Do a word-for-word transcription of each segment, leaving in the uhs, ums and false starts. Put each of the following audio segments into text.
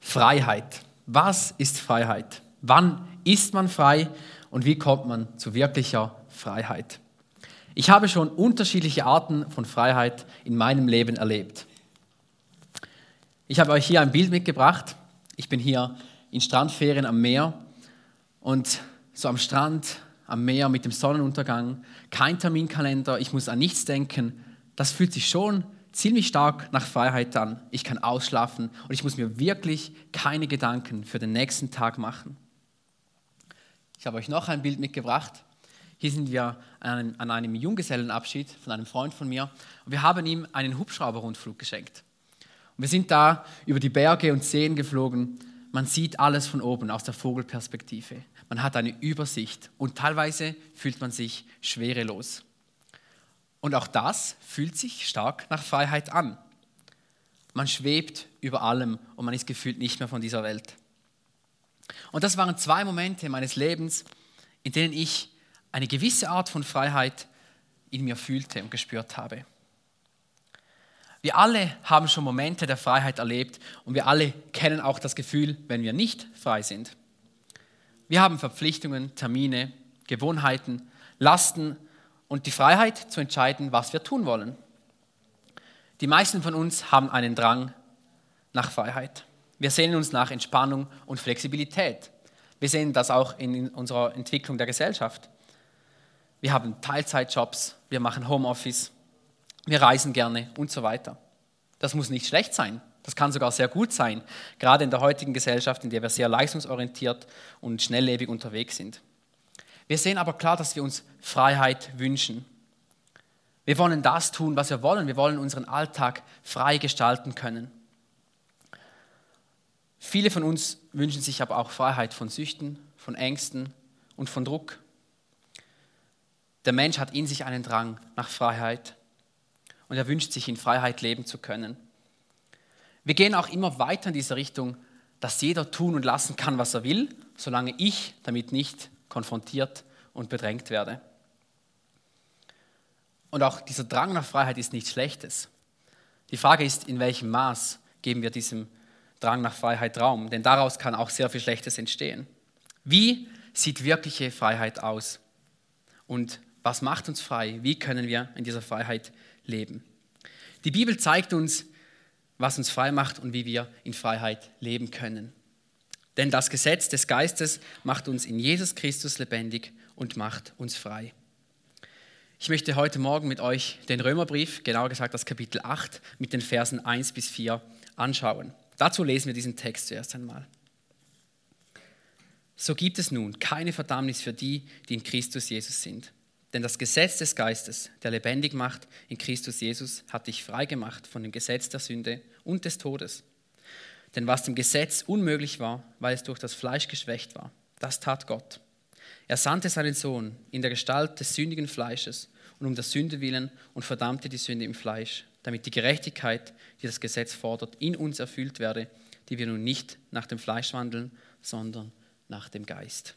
Freiheit. Was ist Freiheit? Wann ist man frei und wie kommt man zu wirklicher Freiheit? Ich habe schon unterschiedliche Arten von Freiheit in meinem Leben erlebt. Ich habe euch hier ein Bild mitgebracht. Ich bin hier in Strandferien am Meer und so am Strand, am Meer mit dem Sonnenuntergang, kein Terminkalender, ich muss an nichts denken. Das fühlt sich schon ziemlich stark nach Freiheit an. Ich kann ausschlafen und ich muss mir wirklich keine Gedanken für den nächsten Tag machen. Ich habe euch noch ein Bild mitgebracht. Hier sind wir an einem, an einem Junggesellenabschied von einem Freund von mir und wir haben ihm einen Hubschrauberrundflug geschenkt. Und wir sind da über die Berge und Seen geflogen. Man sieht alles von oben aus der Vogelperspektive. Man hat eine Übersicht und teilweise fühlt man sich schwerelos. Und auch das fühlt sich stark nach Freiheit an. Man schwebt über allem und man ist gefühlt nicht mehr von dieser Welt. Und das waren zwei Momente meines Lebens, in denen ich eine gewisse Art von Freiheit in mir fühlte und gespürt habe. Wir alle haben schon Momente der Freiheit erlebt und wir alle kennen auch das Gefühl, wenn wir nicht frei sind. Wir haben Verpflichtungen, Termine, Gewohnheiten, Lasten und die Freiheit zu entscheiden, was wir tun wollen. Die meisten von uns haben einen Drang nach Freiheit. Wir sehnen uns nach Entspannung und Flexibilität. Wir sehen das auch in unserer Entwicklung der Gesellschaft. Wir haben Teilzeitjobs, wir machen Homeoffice, wir reisen gerne und so weiter. Das muss nicht schlecht sein, das kann sogar sehr gut sein, gerade in der heutigen Gesellschaft, in der wir sehr leistungsorientiert und schnelllebig unterwegs sind. Wir sehen aber klar, dass wir uns Freiheit wünschen. Wir wollen das tun, was wir wollen. Wir wollen unseren Alltag frei gestalten können. Viele von uns wünschen sich aber auch Freiheit von Süchten, von Ängsten und von Druck. Der Mensch hat in sich einen Drang nach Freiheit und er wünscht sich, in Freiheit leben zu können. Wir gehen auch immer weiter in diese Richtung, dass jeder tun und lassen kann, was er will, solange ich damit nicht konfrontiert und bedrängt werde. Und auch dieser Drang nach Freiheit ist nichts Schlechtes. Die Frage ist, in welchem Maß geben wir diesem Drang nach Freiheit Raum? Denn daraus kann auch sehr viel Schlechtes entstehen. Wie sieht wirkliche Freiheit aus? Und was macht uns frei? Wie können wir in dieser Freiheit leben? Die Bibel zeigt uns, was uns frei macht und wie wir in Freiheit leben können. Denn das Gesetz des Geistes macht uns in Jesus Christus lebendig und macht uns frei. Ich möchte heute Morgen mit euch den Römerbrief, genauer gesagt das Kapitel acht, mit den Versen eins bis vier anschauen. Dazu lesen wir diesen Text zuerst einmal. So gibt es nun keine Verdammnis für die, die in Christus Jesus sind. Denn das Gesetz des Geistes, der lebendig macht in Christus Jesus, hat dich frei gemacht von dem Gesetz der Sünde und des Todes. Denn was dem Gesetz unmöglich war, weil es durch das Fleisch geschwächt war, das tat Gott. Er sandte seinen Sohn in der Gestalt des sündigen Fleisches und um der Sünde willen und verdammte die Sünde im Fleisch, damit die Gerechtigkeit, die das Gesetz fordert, in uns erfüllt werde, die wir nun nicht nach dem Fleisch wandeln, sondern nach dem Geist.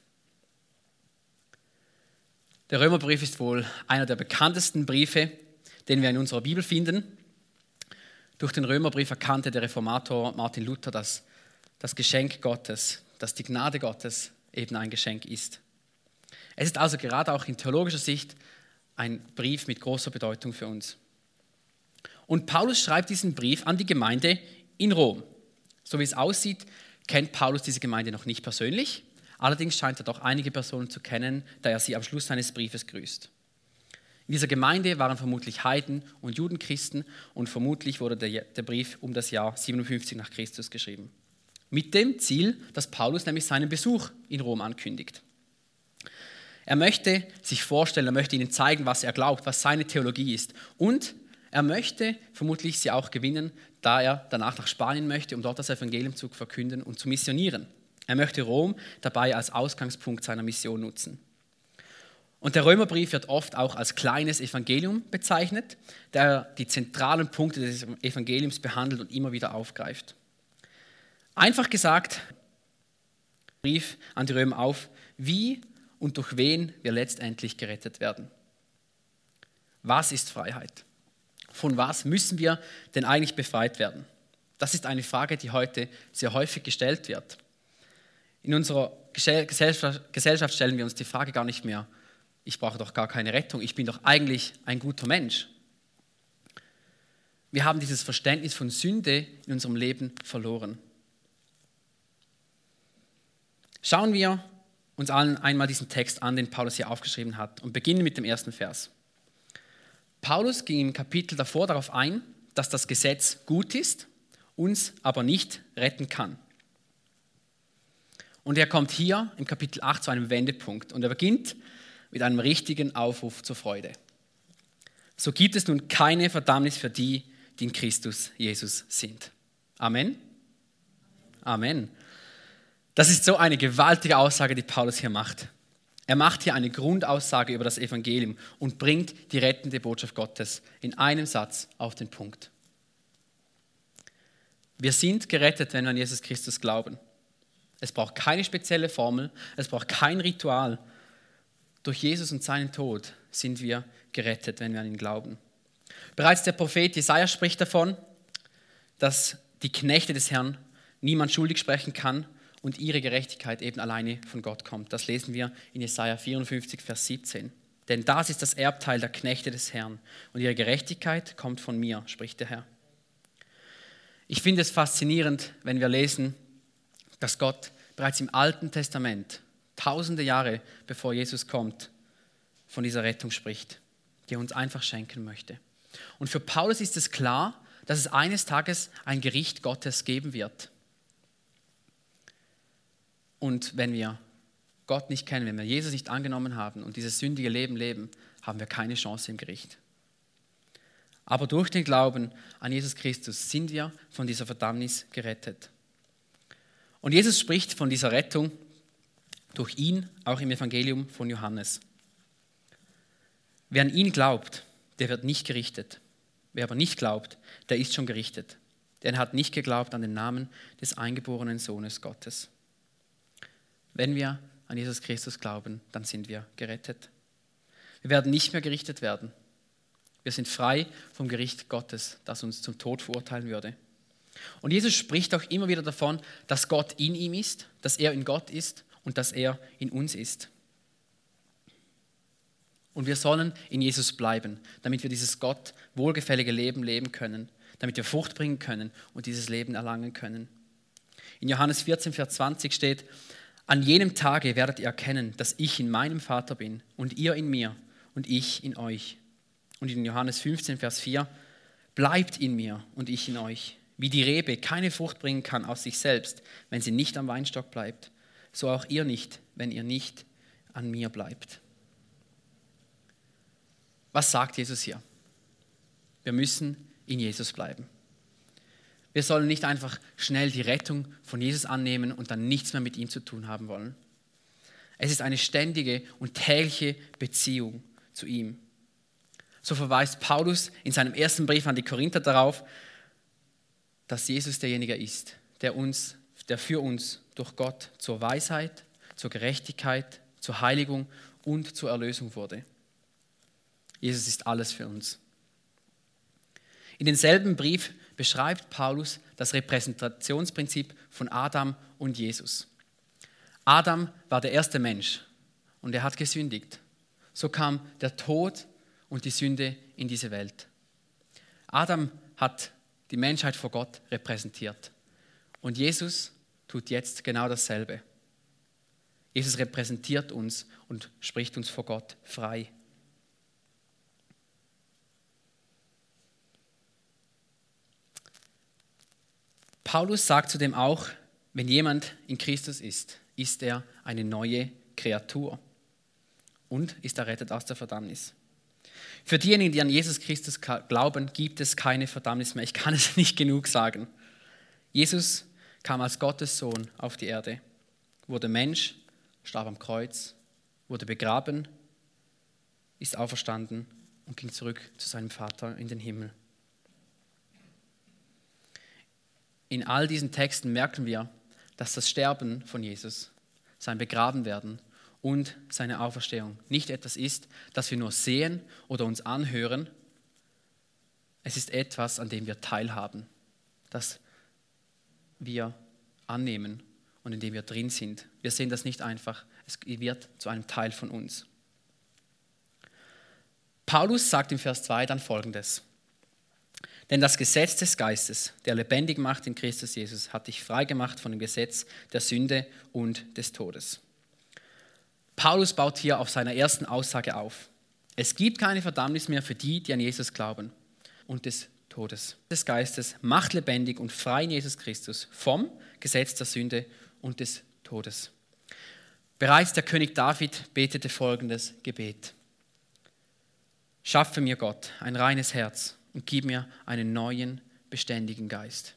Der Römerbrief ist wohl einer der bekanntesten Briefe, den wir in unserer Bibel finden. Durch den Römerbrief erkannte der Reformator Martin Luther, dass das Geschenk Gottes, dass die Gnade Gottes eben ein Geschenk ist. Es ist also gerade auch in theologischer Sicht ein Brief mit großer Bedeutung für uns. Und Paulus schreibt diesen Brief an die Gemeinde in Rom. So wie es aussieht, kennt Paulus diese Gemeinde noch nicht persönlich. Allerdings scheint er doch einige Personen zu kennen, da er sie am Schluss seines Briefes grüßt. In dieser Gemeinde waren vermutlich Heiden und Judenchristen und vermutlich wurde der, der Brief um das Jahr siebenundfünfzig nach Christus geschrieben. Mit dem Ziel, dass Paulus nämlich seinen Besuch in Rom ankündigt. Er möchte sich vorstellen, er möchte ihnen zeigen, was er glaubt, was seine Theologie ist. Und er möchte vermutlich sie auch gewinnen, da er danach nach Spanien möchte, um dort das Evangelium zu verkünden und zu missionieren. Er möchte Rom dabei als Ausgangspunkt seiner Mission nutzen. Und der Römerbrief wird oft auch als kleines Evangelium bezeichnet, der die zentralen Punkte des Evangeliums behandelt und immer wieder aufgreift. Einfach gesagt, der Brief an die Römer auf, wie und durch wen wir letztendlich gerettet werden. Was ist Freiheit? Von was müssen wir denn eigentlich befreit werden? Das ist eine Frage, die heute sehr häufig gestellt wird. In unserer Gesellschaft stellen wir uns die Frage gar nicht mehr, ich brauche doch gar keine Rettung, ich bin doch eigentlich ein guter Mensch. Wir haben dieses Verständnis von Sünde in unserem Leben verloren. Schauen wir uns allen einmal diesen Text an, den Paulus hier aufgeschrieben hat, und beginnen mit dem ersten Vers. Paulus ging im Kapitel davor darauf ein, dass das Gesetz gut ist, uns aber nicht retten kann. Und er kommt hier im Kapitel acht zu einem Wendepunkt und er beginnt mit einem richtigen Aufruf zur Freude. So gibt es nun keine Verdammnis für die, die in Christus Jesus sind. Amen. Amen. Das ist so eine gewaltige Aussage, die Paulus hier macht. Er macht hier eine Grundaussage über das Evangelium und bringt die rettende Botschaft Gottes in einem Satz auf den Punkt. Wir sind gerettet, wenn wir an Jesus Christus glauben. Es braucht keine spezielle Formel, es braucht kein Ritual. Durch Jesus und seinen Tod sind wir gerettet, wenn wir an ihn glauben. Bereits der Prophet Jesaja spricht davon, dass die Knechte des Herrn niemand schuldig sprechen kann und ihre Gerechtigkeit eben alleine von Gott kommt. Das lesen wir in Jesaja vierundfünfzig, Vers siebzehn. Denn das ist das Erbteil der Knechte des Herrn und ihre Gerechtigkeit kommt von mir, spricht der Herr. Ich finde es faszinierend, wenn wir lesen, dass Gott bereits im Alten Testament, tausende Jahre bevor Jesus kommt, von dieser Rettung spricht, die er uns einfach schenken möchte. Und für Paulus ist es klar, dass es eines Tages ein Gericht Gottes geben wird. Und wenn wir Gott nicht kennen, wenn wir Jesus nicht angenommen haben und dieses sündige Leben leben, haben wir keine Chance im Gericht. Aber durch den Glauben an Jesus Christus sind wir von dieser Verdammnis gerettet. Und Jesus spricht von dieser Rettung durch ihn, auch im Evangelium von Johannes. Wer an ihn glaubt, der wird nicht gerichtet. Wer aber nicht glaubt, der ist schon gerichtet. Denn er hat nicht geglaubt an den Namen des eingeborenen Sohnes Gottes. Wenn wir an Jesus Christus glauben, dann sind wir gerettet. Wir werden nicht mehr gerichtet werden. Wir sind frei vom Gericht Gottes, das uns zum Tod verurteilen würde. Und Jesus spricht auch immer wieder davon, dass Gott in ihm ist, dass er in Gott ist und dass er in uns ist. Und wir sollen in Jesus bleiben, damit wir dieses Gott wohlgefällige Leben leben können, damit wir Frucht bringen können und dieses Leben erlangen können. In Johannes vierzehn, Vers zwanzig steht: An jenem Tage werdet ihr erkennen, dass ich in meinem Vater bin und ihr in mir und ich in euch. Und in Johannes fünfzehn, Vers vier: Bleibt in mir und ich in euch. Wie die Rebe keine Frucht bringen kann aus sich selbst, wenn sie nicht am Weinstock bleibt, so auch ihr nicht, wenn ihr nicht an mir bleibt. Was sagt Jesus hier? Wir müssen in Jesus bleiben. Wir sollen nicht einfach schnell die Rettung von Jesus annehmen und dann nichts mehr mit ihm zu tun haben wollen. Es ist eine ständige und tägliche Beziehung zu ihm. So verweist Paulus in seinem ersten Brief an die Korinther darauf, dass Jesus derjenige ist, der uns, der für uns durch Gott zur Weisheit, zur Gerechtigkeit, zur Heiligung und zur Erlösung wurde. Jesus ist alles für uns. In demselben Brief beschreibt Paulus das Repräsentationsprinzip von Adam und Jesus. Adam war der erste Mensch und er hat gesündigt. So kam der Tod und die Sünde in diese Welt. Adam hat die Menschheit vor Gott repräsentiert. Und Jesus tut jetzt genau dasselbe. Jesus repräsentiert uns und spricht uns vor Gott frei. Paulus sagt zudem auch, wenn jemand in Christus ist, ist er eine neue Kreatur und ist errettet aus der Verdammnis. Für diejenigen, die an Jesus Christus glauben, gibt es keine Verdammnis mehr. Ich kann es nicht genug sagen. Jesus kam als Gottes Sohn auf die Erde, wurde Mensch, starb am Kreuz, wurde begraben, ist auferstanden und ging zurück zu seinem Vater in den Himmel. In all diesen Texten merken wir, dass das Sterben von Jesus, sein Begrabenwerden und seine Auferstehung nicht etwas ist, das wir nur sehen oder uns anhören. Es ist etwas, an dem wir teilhaben, das wir annehmen und in dem wir drin sind. Wir sehen das nicht einfach, es wird zu einem Teil von uns. Paulus sagt im Vers zwei dann Folgendes: Denn das Gesetz des Geistes, der lebendig macht in Christus Jesus, hat dich freigemacht von dem Gesetz der Sünde und des Todes. Paulus baut hier auf seiner ersten Aussage auf. Es gibt keine Verdammnis mehr für die, die an Jesus glauben und des Todes. Des Geistes macht lebendig und frei in Jesus Christus vom Gesetz der Sünde und des Todes. Bereits der König David betete folgendes Gebet: Schaffe mir, Gott, ein reines Herz und gib mir einen neuen, beständigen Geist.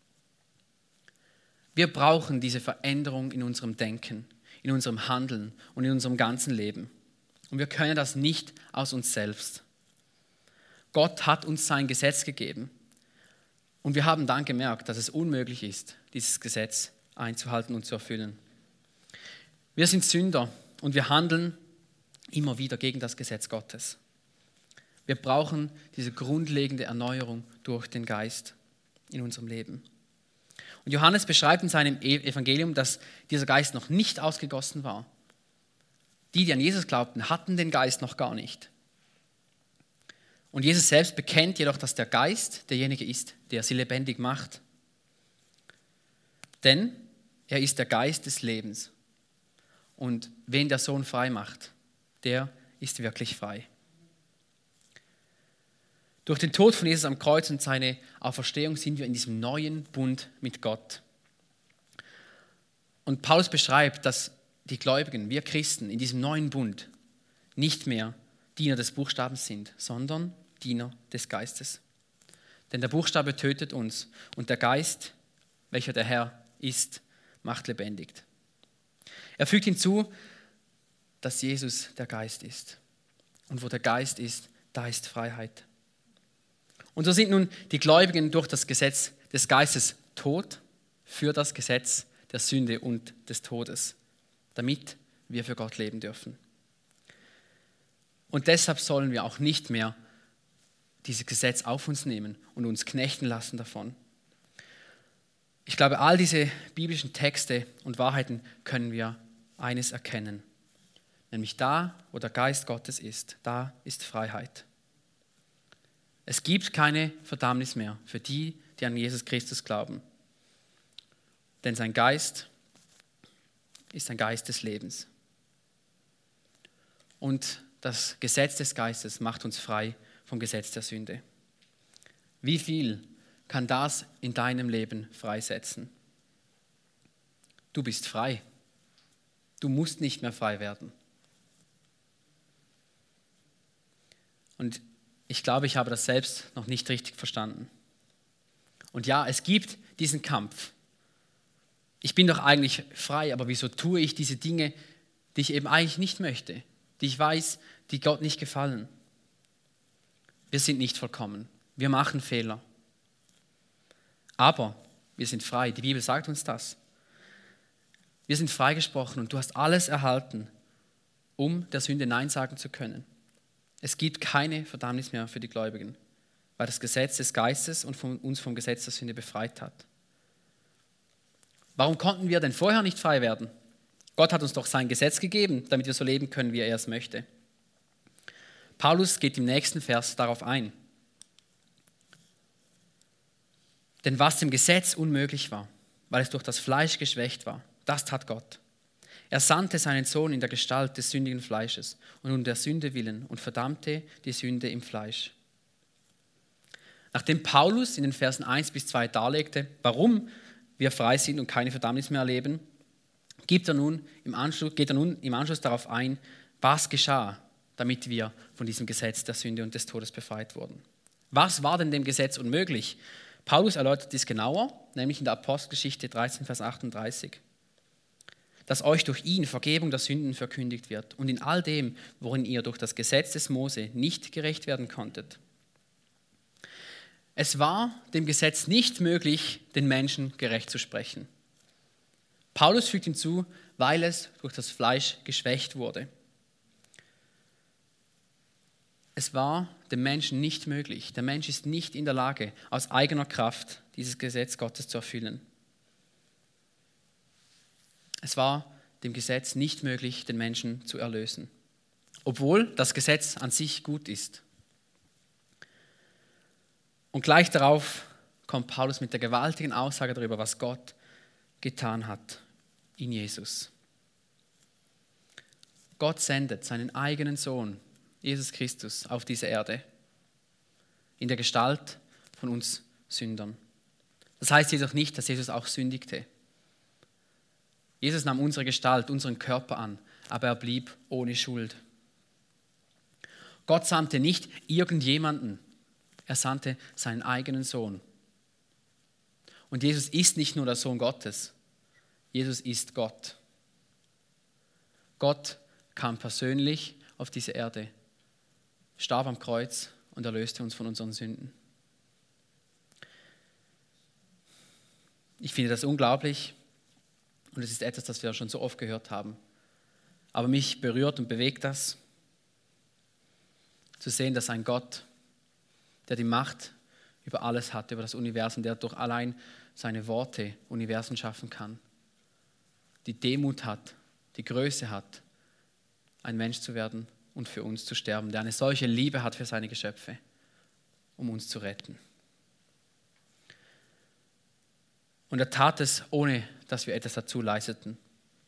Wir brauchen diese Veränderung in unserem Denken, in unserem Handeln und in unserem ganzen Leben. Und wir können das nicht aus uns selbst. Gott hat uns sein Gesetz gegeben und wir haben dann gemerkt, dass es unmöglich ist, dieses Gesetz einzuhalten und zu erfüllen. Wir sind Sünder und wir handeln immer wieder gegen das Gesetz Gottes. Wir brauchen diese grundlegende Erneuerung durch den Geist in unserem Leben. Und Johannes beschreibt in seinem Evangelium, dass dieser Geist noch nicht ausgegossen war. Die, die an Jesus glaubten, hatten den Geist noch gar nicht. Und Jesus selbst bekennt jedoch, dass der Geist derjenige ist, der sie lebendig macht. Denn er ist der Geist des Lebens. Und wen der Sohn frei macht, der ist wirklich frei. Durch den Tod von Jesus am Kreuz und seine Auferstehung sind wir in diesem neuen Bund mit Gott. Und Paulus beschreibt, dass die Gläubigen, wir Christen, in diesem neuen Bund nicht mehr Diener des Buchstabens sind, sondern Diener des Geistes. Denn der Buchstabe tötet uns und der Geist, welcher der Herr ist, macht lebendig. Er fügt hinzu, dass Jesus der Geist ist. Und wo der Geist ist, da ist Freiheit. Und so sind nun die Gläubigen durch das Gesetz des Geistes tot für das Gesetz der Sünde und des Todes, damit wir für Gott leben dürfen. Und deshalb sollen wir auch nicht mehr dieses Gesetz auf uns nehmen und uns knechten lassen davon. Ich glaube, all diese biblischen Texte und Wahrheiten können wir eines erkennen. Nämlich da, wo der Geist Gottes ist, da ist Freiheit. Es gibt keine Verdammnis mehr für die, die an Jesus Christus glauben. Denn sein Geist ist ein Geist des Lebens. Und das Gesetz des Geistes macht uns frei vom Gesetz der Sünde. Wie viel kann das in deinem Leben freisetzen? Du bist frei. Du musst nicht mehr frei werden. Und ich glaube, ich habe das selbst noch nicht richtig verstanden. Und ja, es gibt diesen Kampf. Ich bin doch eigentlich frei, aber wieso tue ich diese Dinge, die ich eben eigentlich nicht möchte, die ich weiß, die Gott nicht gefallen? Wir sind nicht vollkommen. Wir machen Fehler. Aber wir sind frei. Die Bibel sagt uns das. Wir sind freigesprochen und du hast alles erhalten, um der Sünde Nein sagen zu können. Es gibt keine Verdammnis mehr für die Gläubigen, weil das Gesetz des Geistes und von uns vom Gesetz der Sünde befreit hat. Warum konnten wir denn vorher nicht frei werden? Gott hat uns doch sein Gesetz gegeben, damit wir so leben können, wie er es möchte. Paulus geht im nächsten Vers darauf ein. Denn was dem Gesetz unmöglich war, weil es durch das Fleisch geschwächt war, das tat Gott. Er sandte seinen Sohn in der Gestalt des sündigen Fleisches und um der Sünde willen und verdammte die Sünde im Fleisch. Nachdem Paulus in den Versen eins bis zwei darlegte, warum wir frei sind und keine Verdammnis mehr erleben, gibt er nun im Anschluss, geht er nun im Anschluss darauf ein, was geschah, damit wir von diesem Gesetz der Sünde und des Todes befreit wurden. Was war denn dem Gesetz unmöglich? Paulus erläutert dies genauer, nämlich in der Apostelgeschichte dreizehn, Vers achtunddreißig. Dass euch durch ihn Vergebung der Sünden verkündigt wird und in all dem, worin ihr durch das Gesetz des Mose nicht gerecht werden konntet. Es war dem Gesetz nicht möglich, den Menschen gerecht zu sprechen. Paulus fügt hinzu, weil es durch das Fleisch geschwächt wurde. Es war dem Menschen nicht möglich. Der Mensch ist nicht in der Lage, aus eigener Kraft dieses Gesetz Gottes zu erfüllen. Es war dem Gesetz nicht möglich, den Menschen zu erlösen, obwohl das Gesetz an sich gut ist. Und gleich darauf kommt Paulus mit der gewaltigen Aussage darüber, was Gott getan hat in Jesus. Gott sendet seinen eigenen Sohn, Jesus Christus, auf diese Erde, in der Gestalt von uns Sündern. Das heißt jedoch nicht, dass Jesus auch sündigte. Jesus nahm unsere Gestalt, unseren Körper an, aber er blieb ohne Schuld. Gott sandte nicht irgendjemanden, er sandte seinen eigenen Sohn. Und Jesus ist nicht nur der Sohn Gottes, Jesus ist Gott. Gott kam persönlich auf diese Erde, starb am Kreuz und erlöste uns von unseren Sünden. Ich finde das unglaublich und es ist etwas, das wir schon so oft gehört haben. Aber mich berührt und bewegt das, zu sehen, dass ein Gott, der die Macht über alles hat, über das Universum, der durch allein seine Worte Universen schaffen kann, die Demut hat, die Größe hat, ein Mensch zu werden und für uns zu sterben, der eine solche Liebe hat für seine Geschöpfe, um uns zu retten. Und er tat es, ohne dass wir etwas dazu leisteten.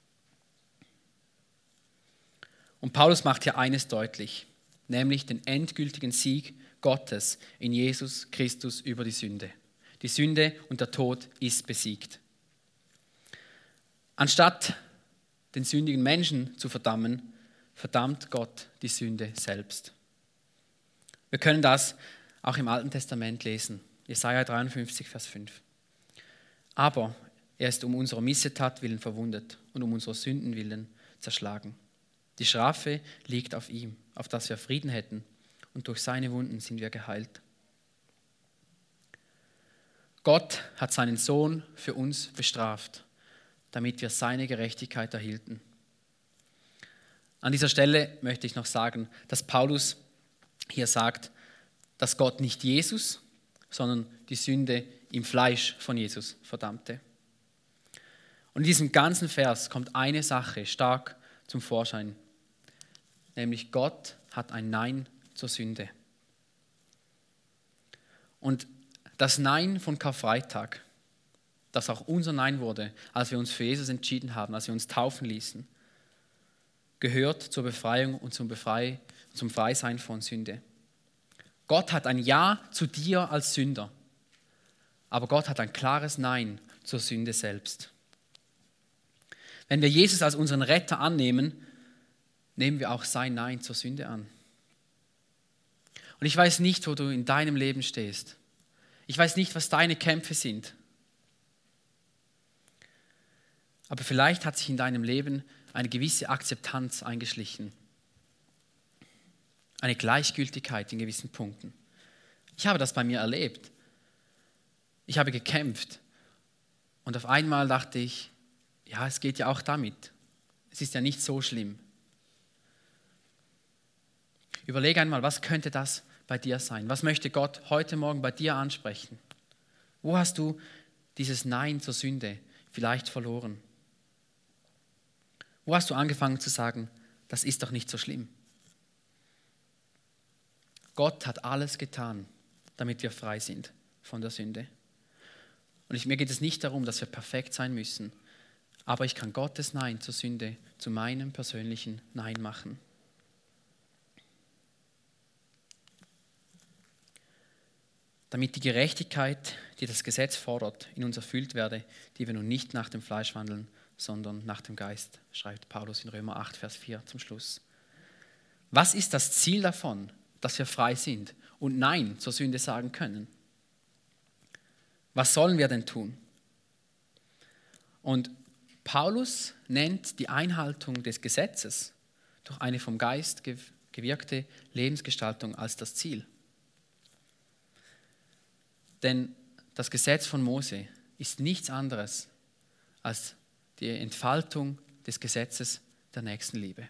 Und Paulus macht hier eines deutlich, nämlich den endgültigen Sieg Gottes in Jesus Christus über die Sünde. Die Sünde und der Tod ist besiegt. Anstatt den sündigen Menschen zu verdammen, verdammt Gott die Sünde selbst. Wir können das auch im Alten Testament lesen. Jesaja dreiundfünfzig, Vers fünf. Aber er ist um unserer Missetat willen verwundet und um unserer Sünden willen zerschlagen. Die Strafe liegt auf ihm, auf dass wir Frieden hätten, und durch seine Wunden sind wir geheilt. Gott hat seinen Sohn für uns bestraft, damit wir seine Gerechtigkeit erhielten. An dieser Stelle möchte ich noch sagen, dass Paulus hier sagt, dass Gott nicht Jesus, sondern die Sünde im Fleisch von Jesus verdammte. Und in diesem ganzen Vers kommt eine Sache stark zum Vorschein, nämlich Gott hat ein Nein zur Sünde. Und das Nein von Karfreitag, das auch unser Nein wurde, als wir uns für Jesus entschieden haben, als wir uns taufen ließen, gehört zur Befreiung und zum, Befrei, zum Freisein von Sünde. Gott hat ein Ja zu dir als Sünder, aber Gott hat ein klares Nein zur Sünde selbst. Wenn wir Jesus als unseren Retter annehmen, nehmen wir auch sein Nein zur Sünde an. Und ich weiß nicht, wo du in deinem Leben stehst. Ich weiß nicht, was deine Kämpfe sind. Aber vielleicht hat sich in deinem Leben eine gewisse Akzeptanz eingeschlichen. Eine Gleichgültigkeit in gewissen Punkten. Ich habe das bei mir erlebt. Ich habe gekämpft. Und auf einmal dachte ich, ja, es geht ja auch damit. Es ist ja nicht so schlimm. Überlege einmal, was könnte das bei dir sein? Was möchte Gott heute Morgen bei dir ansprechen? Wo hast du dieses Nein zur Sünde vielleicht verloren? Wo hast du angefangen zu sagen, das ist doch nicht so schlimm? Gott hat alles getan, damit wir frei sind von der Sünde. Und ich, mir geht es nicht darum, dass wir perfekt sein müssen, aber ich kann Gottes Nein zur Sünde zu meinem persönlichen Nein machen. Damit die Gerechtigkeit, die das Gesetz fordert, in uns erfüllt werde, die wir nun nicht nach dem Fleisch wandeln, sondern nach dem Geist, schreibt Paulus in Römer acht, Vers vier zum Schluss. Was ist das Ziel davon, dass wir frei sind und Nein zur Sünde sagen können? Was sollen wir denn tun? Und Paulus nennt die Einhaltung des Gesetzes durch eine vom Geist gewirkte Lebensgestaltung als das Ziel. Denn das Gesetz von Mose ist nichts anderes als die Entfaltung des Gesetzes der Nächstenliebe.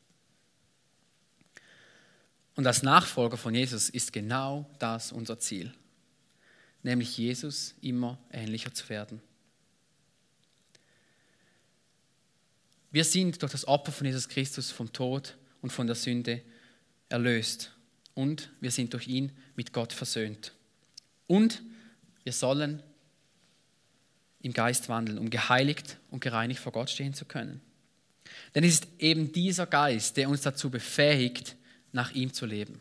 Und als Nachfolger von Jesus ist genau das unser Ziel, nämlich Jesus immer ähnlicher zu werden. Wir sind durch das Opfer von Jesus Christus vom Tod und von der Sünde erlöst. Und wir sind durch ihn mit Gott versöhnt. Und wir sollen im Geist wandeln, um geheiligt und gereinigt vor Gott stehen zu können. Denn es ist eben dieser Geist, der uns dazu befähigt, nach ihm zu leben.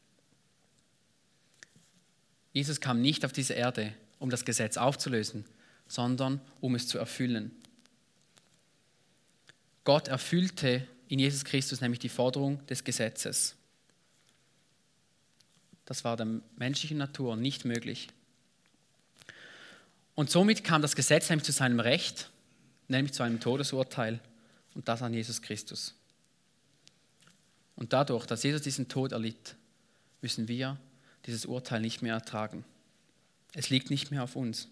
Jesus kam nicht auf diese Erde, um das Gesetz aufzulösen, sondern um es zu erfüllen. Gott erfüllte in Jesus Christus nämlich die Forderung des Gesetzes. Das war der menschlichen Natur nicht möglich. Und somit kam das Gesetz nämlich zu seinem Recht, nämlich zu einem Todesurteil, und das an Jesus Christus. Und dadurch, dass Jesus diesen Tod erlitt, müssen wir dieses Urteil nicht mehr ertragen. Es liegt nicht mehr auf uns.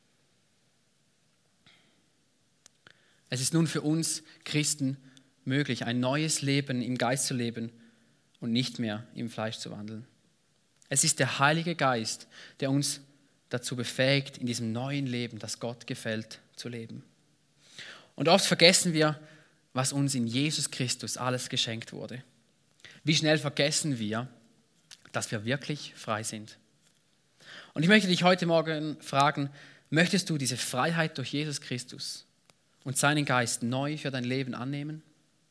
Es ist nun für uns Christen möglich, ein neues Leben im Geist zu leben und nicht mehr im Fleisch zu wandeln. Es ist der Heilige Geist, der uns dazu befähigt, in diesem neuen Leben, das Gott gefällt, zu leben. Und oft vergessen wir, was uns in Jesus Christus alles geschenkt wurde. Wie schnell vergessen wir, dass wir wirklich frei sind. Und ich möchte dich heute Morgen fragen, möchtest du diese Freiheit durch Jesus Christus und seinen Geist neu für dein Leben annehmen?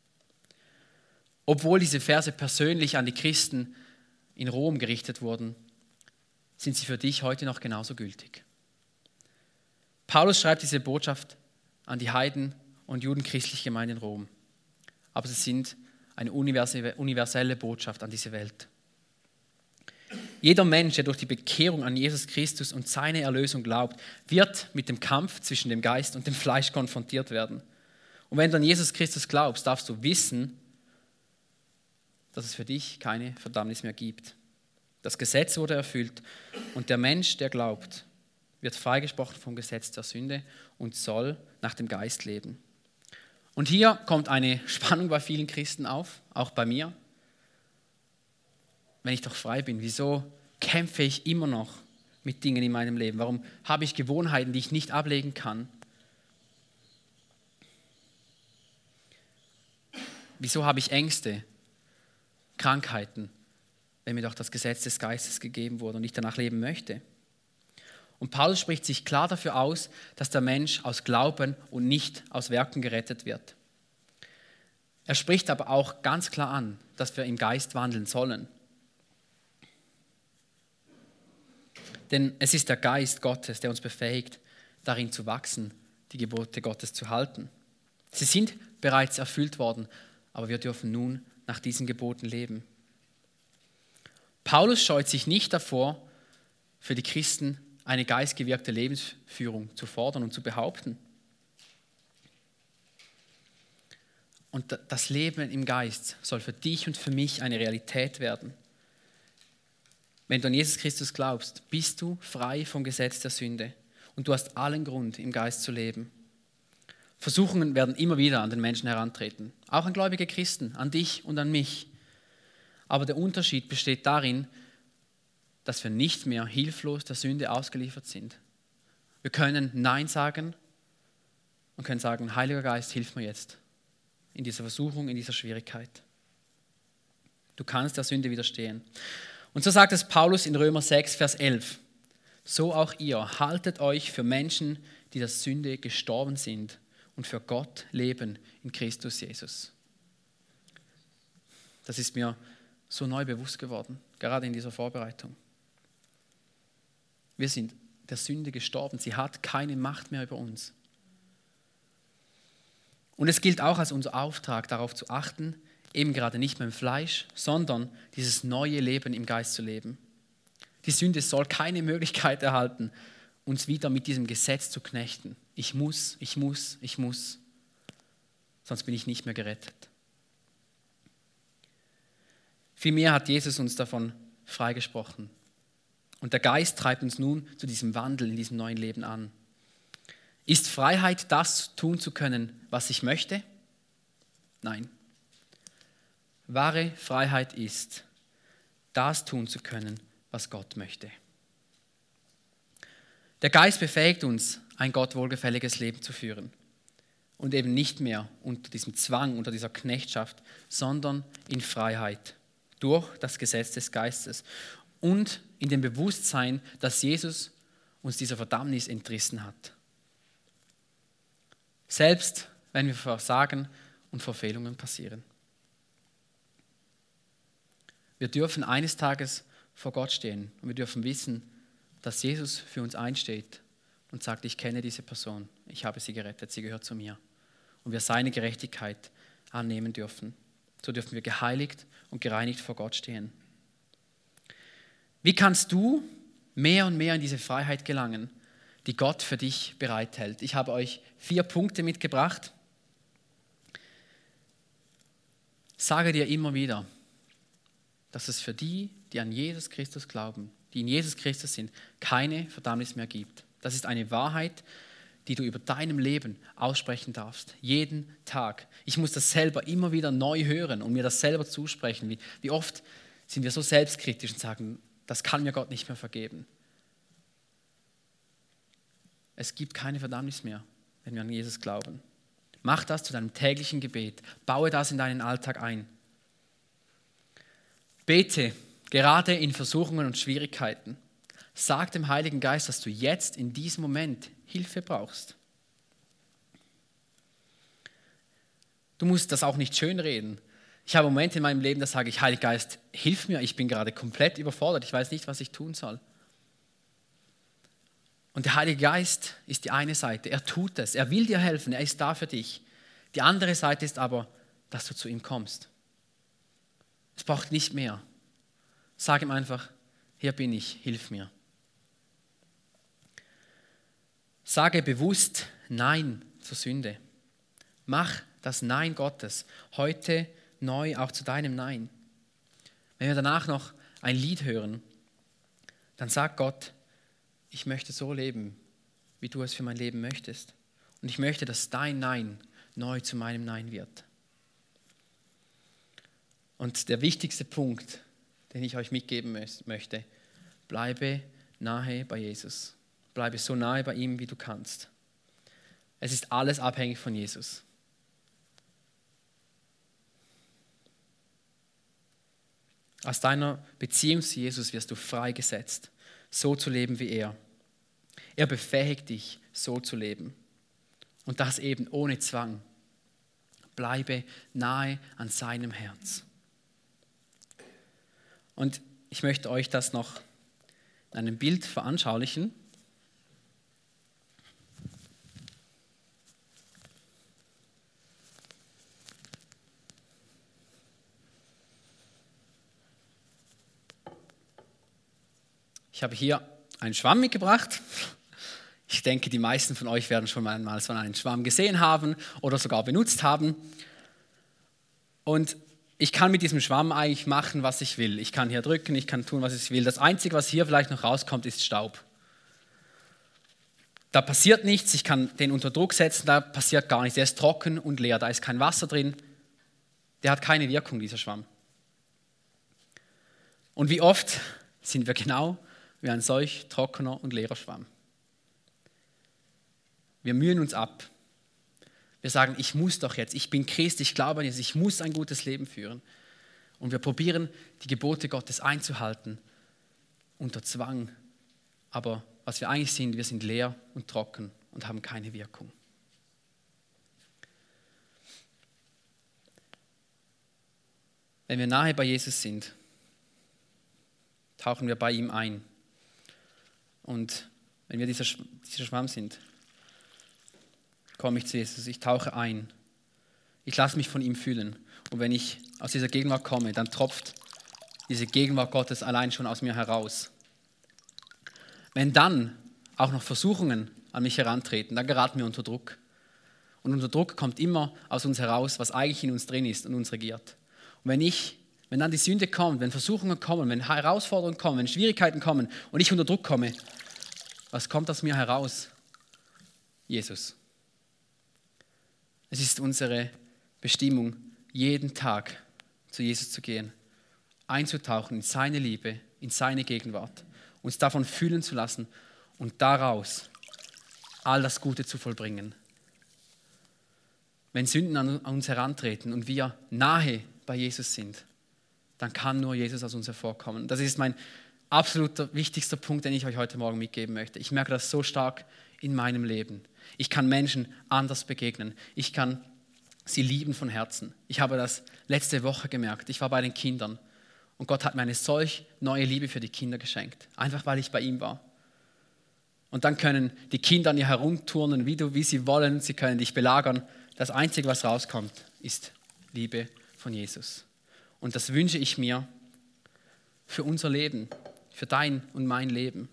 Obwohl diese Verse persönlich an die Christen in Rom gerichtet wurden, sind sie für dich heute noch genauso gültig. Paulus schreibt diese Botschaft an die Heiden- und judenchristliche Gemeinde in Rom. Aber sie sind eine universelle Botschaft an diese Welt. Jeder Mensch, der durch die Bekehrung an Jesus Christus und seine Erlösung glaubt, wird mit dem Kampf zwischen dem Geist und dem Fleisch konfrontiert werden. Und wenn du an Jesus Christus glaubst, darfst du wissen, dass es für dich keine Verdammnis mehr gibt. Das Gesetz wurde erfüllt und der Mensch, der glaubt, wird freigesprochen vom Gesetz der Sünde und soll nach dem Geist leben. Und hier kommt eine Spannung bei vielen Christen auf, auch bei mir. Wenn ich doch frei bin, wieso kämpfe ich immer noch mit Dingen in meinem Leben? Warum habe ich Gewohnheiten, die ich nicht ablegen kann? Wieso habe ich Ängste, Krankheiten, wenn mir doch das Gesetz des Geistes gegeben wurde und ich danach leben möchte? Und Paulus spricht sich klar dafür aus, dass der Mensch aus Glauben und nicht aus Werken gerettet wird. Er spricht aber auch ganz klar an, dass wir im Geist wandeln sollen. Denn es ist der Geist Gottes, der uns befähigt, darin zu wachsen, die Gebote Gottes zu halten. Sie sind bereits erfüllt worden, aber wir dürfen nun nach diesen Geboten leben. Paulus scheut sich nicht davor, für die Christen eine geistgewirkte Lebensführung zu fordern und zu behaupten. Und das Leben im Geist soll für dich und für mich eine Realität werden. Wenn du an Jesus Christus glaubst, bist du frei vom Gesetz der Sünde und du hast allen Grund, im Geist zu leben. Versuchungen werden immer wieder an den Menschen herantreten, auch an gläubige Christen, an dich und an mich. Aber der Unterschied besteht darin, dass wir nicht mehr hilflos der Sünde ausgeliefert sind. Wir können Nein sagen und können sagen, Heiliger Geist, hilf mir jetzt in dieser Versuchung, in dieser Schwierigkeit. Du kannst der Sünde widerstehen. Und so sagt es Paulus in Römer sechs, Vers elf. So auch ihr, haltet euch für Menschen, die der Sünde gestorben sind und für Gott leben in Christus Jesus. Das ist mir so neu bewusst geworden, gerade in dieser Vorbereitung. Wir sind der Sünde gestorben. Sie hat keine Macht mehr über uns. Und es gilt auch als unser Auftrag, darauf zu achten, eben gerade nicht mehr im Fleisch, sondern dieses neue Leben im Geist zu leben. Die Sünde soll keine Möglichkeit erhalten, uns wieder mit diesem Gesetz zu knechten. Ich muss, ich muss, ich muss, sonst bin ich nicht mehr gerettet. Vielmehr hat Jesus uns davon freigesprochen. Und der Geist treibt uns nun zu diesem Wandel in diesem neuen Leben an. Ist Freiheit, das tun zu können, was ich möchte? Nein. Wahre Freiheit ist, das tun zu können, was Gott möchte. Der Geist befähigt uns, ein Gott wohlgefälliges Leben zu führen. und eben nicht mehr unter diesem Zwang, unter dieser Knechtschaft, sondern in Freiheit durch das Gesetz des Geistes und in dem Bewusstsein, dass Jesus uns dieser Verdammnis entrissen hat. Selbst wenn wir Versagen und Verfehlungen passieren. Wir dürfen eines Tages vor Gott stehen und wir dürfen wissen, dass Jesus für uns einsteht und sagt, ich kenne diese Person, ich habe sie gerettet, sie gehört zu mir. Und wir seine Gerechtigkeit annehmen dürfen. So dürfen wir geheiligt und gereinigt vor Gott stehen. Wie kannst du mehr und mehr in diese Freiheit gelangen, die Gott für dich bereithält? Ich habe euch vier Punkte mitgebracht. Sage dir immer wieder, dass es für die, die an Jesus Christus glauben, die in Jesus Christus sind, keine Verdammnis mehr gibt. Das ist eine Wahrheit, die du über deinem Leben aussprechen darfst. Jeden Tag. Ich muss das selber immer wieder neu hören und mir das selber zusprechen. Wie, wie oft sind wir so selbstkritisch und sagen, das kann mir Gott nicht mehr vergeben. Es gibt keine Verdammnis mehr, wenn wir an Jesus glauben. Mach das zu deinem täglichen Gebet. Baue das in deinen Alltag ein. Bete, gerade in Versuchungen und Schwierigkeiten. Sag dem Heiligen Geist, dass du jetzt in diesem Moment Hilfe brauchst. Du musst das auch nicht schönreden. Ich habe Momente in meinem Leben, da sage ich, Heiliger Geist, hilf mir, ich bin gerade komplett überfordert, ich weiß nicht, was ich tun soll. Und der Heilige Geist ist die eine Seite, er tut es, er will dir helfen, er ist da für dich. Die andere Seite ist aber, dass du zu ihm kommst. Es braucht nicht mehr. Sag ihm einfach, hier bin ich, hilf mir. Sage bewusst Nein zur Sünde. Mach das Nein Gottes heute neu auch zu deinem Nein. Wenn wir danach noch ein Lied hören, dann sag Gott, ich möchte so leben, wie du es für mein Leben möchtest. Und ich möchte, dass dein Nein neu zu meinem Nein wird. Und der wichtigste Punkt, den ich euch mitgeben möchte, bleibe nahe bei Jesus. Bleibe so nahe bei ihm, wie du kannst. Es ist alles abhängig von Jesus. Aus deiner Beziehung zu Jesus wirst du freigesetzt, so zu leben wie er. Er befähigt dich, so zu leben. Und das eben ohne Zwang. Bleibe nahe an seinem Herz. Und ich möchte euch das noch in einem Bild veranschaulichen. Ich habe hier einen Schwamm mitgebracht. Ich denke, die meisten von euch werden schon mal so einen Schwamm gesehen haben oder sogar benutzt haben. Und ich kann mit diesem Schwamm eigentlich machen, was ich will. Ich kann hier drücken, ich kann tun, was ich will. Das Einzige, was hier vielleicht noch rauskommt, ist Staub. Da passiert nichts, ich kann den unter Druck setzen, da passiert gar nichts. Er ist trocken und leer, da ist kein Wasser drin. Der hat keine Wirkung, dieser Schwamm. Und wie oft sind wir genau wie ein solch trockener und leerer Schwamm. Wir mühen uns ab. Wir sagen, ich muss doch jetzt, ich bin Christ, ich glaube an Jesus, ich muss ein gutes Leben führen. Und wir probieren, die Gebote Gottes einzuhalten, unter Zwang. Aber was wir eigentlich sind, wir sind leer und trocken und haben keine Wirkung. Wenn wir nahe bei Jesus sind, tauchen wir bei ihm ein. Und wenn wir dieser, dieser Schwamm sind, komme ich zu Jesus, ich tauche ein. Ich lasse mich von ihm fühlen. Und wenn ich aus dieser Gegenwart komme, dann tropft diese Gegenwart Gottes allein schon aus mir heraus. Wenn dann auch noch Versuchungen an mich herantreten, dann geraten wir unter Druck. Und unter Druck kommt immer aus uns heraus, was eigentlich in uns drin ist und uns regiert. Und wenn ich, wenn dann die Sünde kommt, wenn Versuchungen kommen, wenn Herausforderungen kommen, wenn Schwierigkeiten kommen und ich unter Druck komme, was kommt aus mir heraus? Jesus. Es ist unsere Bestimmung, jeden Tag zu Jesus zu gehen, einzutauchen in seine Liebe, in seine Gegenwart, uns davon fühlen zu lassen und daraus all das Gute zu vollbringen. Wenn Sünden an uns herantreten und wir nahe bei Jesus sind, dann kann nur Jesus aus uns hervorkommen. Das ist mein absoluter wichtigster Punkt, den ich euch heute Morgen mitgeben möchte. Ich merke das so stark in meinem Leben. Ich kann Menschen anders begegnen. Ich kann sie lieben von Herzen. Ich habe das letzte Woche gemerkt. Ich war bei den Kindern und Gott hat mir eine solch neue Liebe für die Kinder geschenkt. Einfach weil ich bei ihm war. Und dann können die Kinder an ihr herumturnen, wie, du, wie sie wollen. Sie können dich belagern. Das Einzige, was rauskommt, ist Liebe von Jesus. Und das wünsche ich mir für unser Leben, für dein und mein Leben.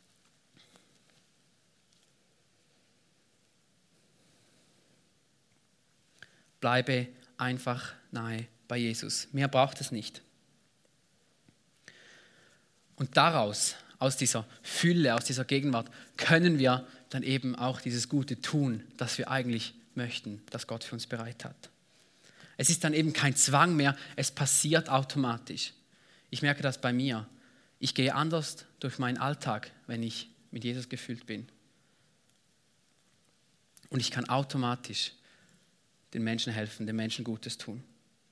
Bleibe einfach nahe bei Jesus. Mehr braucht es nicht. Und daraus, aus dieser Fülle, aus dieser Gegenwart, können wir dann eben auch dieses Gute tun, das wir eigentlich möchten, das Gott für uns bereit hat. Es ist dann eben kein Zwang mehr, es passiert automatisch. Ich merke das bei mir. Ich gehe anders durch meinen Alltag, wenn ich mit Jesus gefüllt bin. Und ich kann automatisch den Menschen helfen, den Menschen Gutes tun.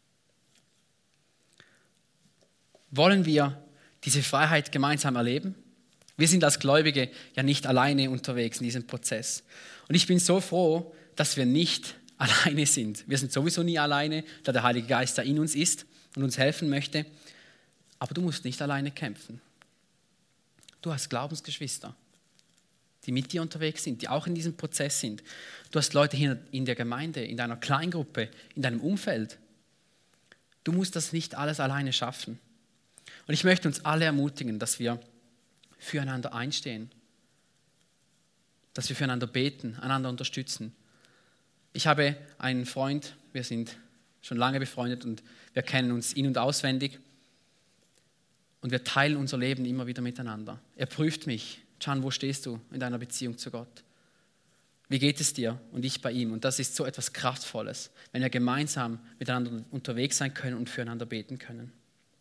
Wollen wir diese Freiheit gemeinsam erleben? Wir sind als Gläubige ja nicht alleine unterwegs in diesem Prozess. Und ich bin so froh, dass wir nicht alleine sind. Wir sind sowieso nie alleine, da der Heilige Geist da in uns ist und uns helfen möchte. Aber du musst nicht alleine kämpfen. Du hast Glaubensgeschwister, die mit dir unterwegs sind, die auch in diesem Prozess sind. Du hast Leute hier in der Gemeinde, in deiner Kleingruppe, in deinem Umfeld. Du musst das nicht alles alleine schaffen. Und ich möchte uns alle ermutigen, dass wir füreinander einstehen, dass wir füreinander beten, einander unterstützen. Ich habe einen Freund, wir sind schon lange befreundet und wir kennen uns in- und auswendig und wir teilen unser Leben immer wieder miteinander. Er prüft mich, Can, wo stehst du in deiner Beziehung zu Gott? Wie geht es dir? Und ich bei ihm. Und das ist so etwas Kraftvolles, wenn wir gemeinsam miteinander unterwegs sein können und füreinander beten können.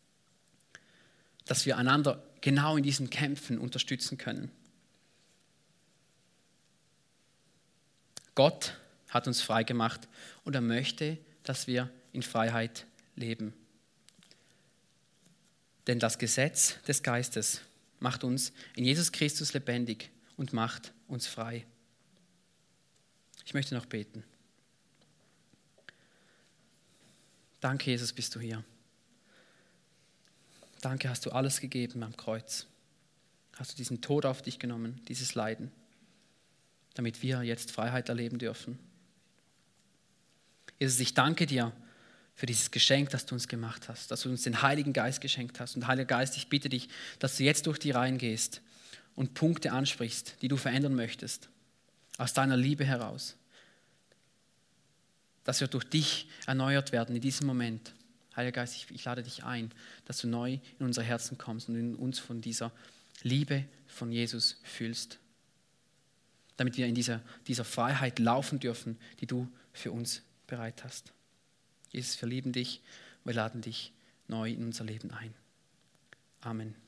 Dass wir einander genau in diesen Kämpfen unterstützen können. Gott hat uns frei gemacht und er möchte, dass wir in Freiheit leben. Denn das Gesetz des Geistes macht uns in Jesus Christus lebendig und macht uns frei. Ich möchte noch beten. Danke, Jesus, bist du hier. Danke, hast du alles gegeben am Kreuz. Hast du diesen Tod auf dich genommen, dieses Leiden, damit wir jetzt Freiheit erleben dürfen. Jesus, ich danke dir für dieses Geschenk, das du uns gemacht hast, dass du uns den Heiligen Geist geschenkt hast. Und Heiliger Geist, ich bitte dich, dass du jetzt durch die Reihen gehst und Punkte ansprichst, die du verändern möchtest, aus deiner Liebe heraus. Dass wir durch dich erneuert werden in diesem Moment. Heiliger Geist, ich, ich lade dich ein, dass du neu in unser Herzen kommst und in uns von dieser Liebe von Jesus fühlst. Damit wir in dieser, dieser Freiheit laufen dürfen, die du für uns bereit hast. Jesus, wir lieben dich, wir laden dich neu in unser Leben ein. Amen.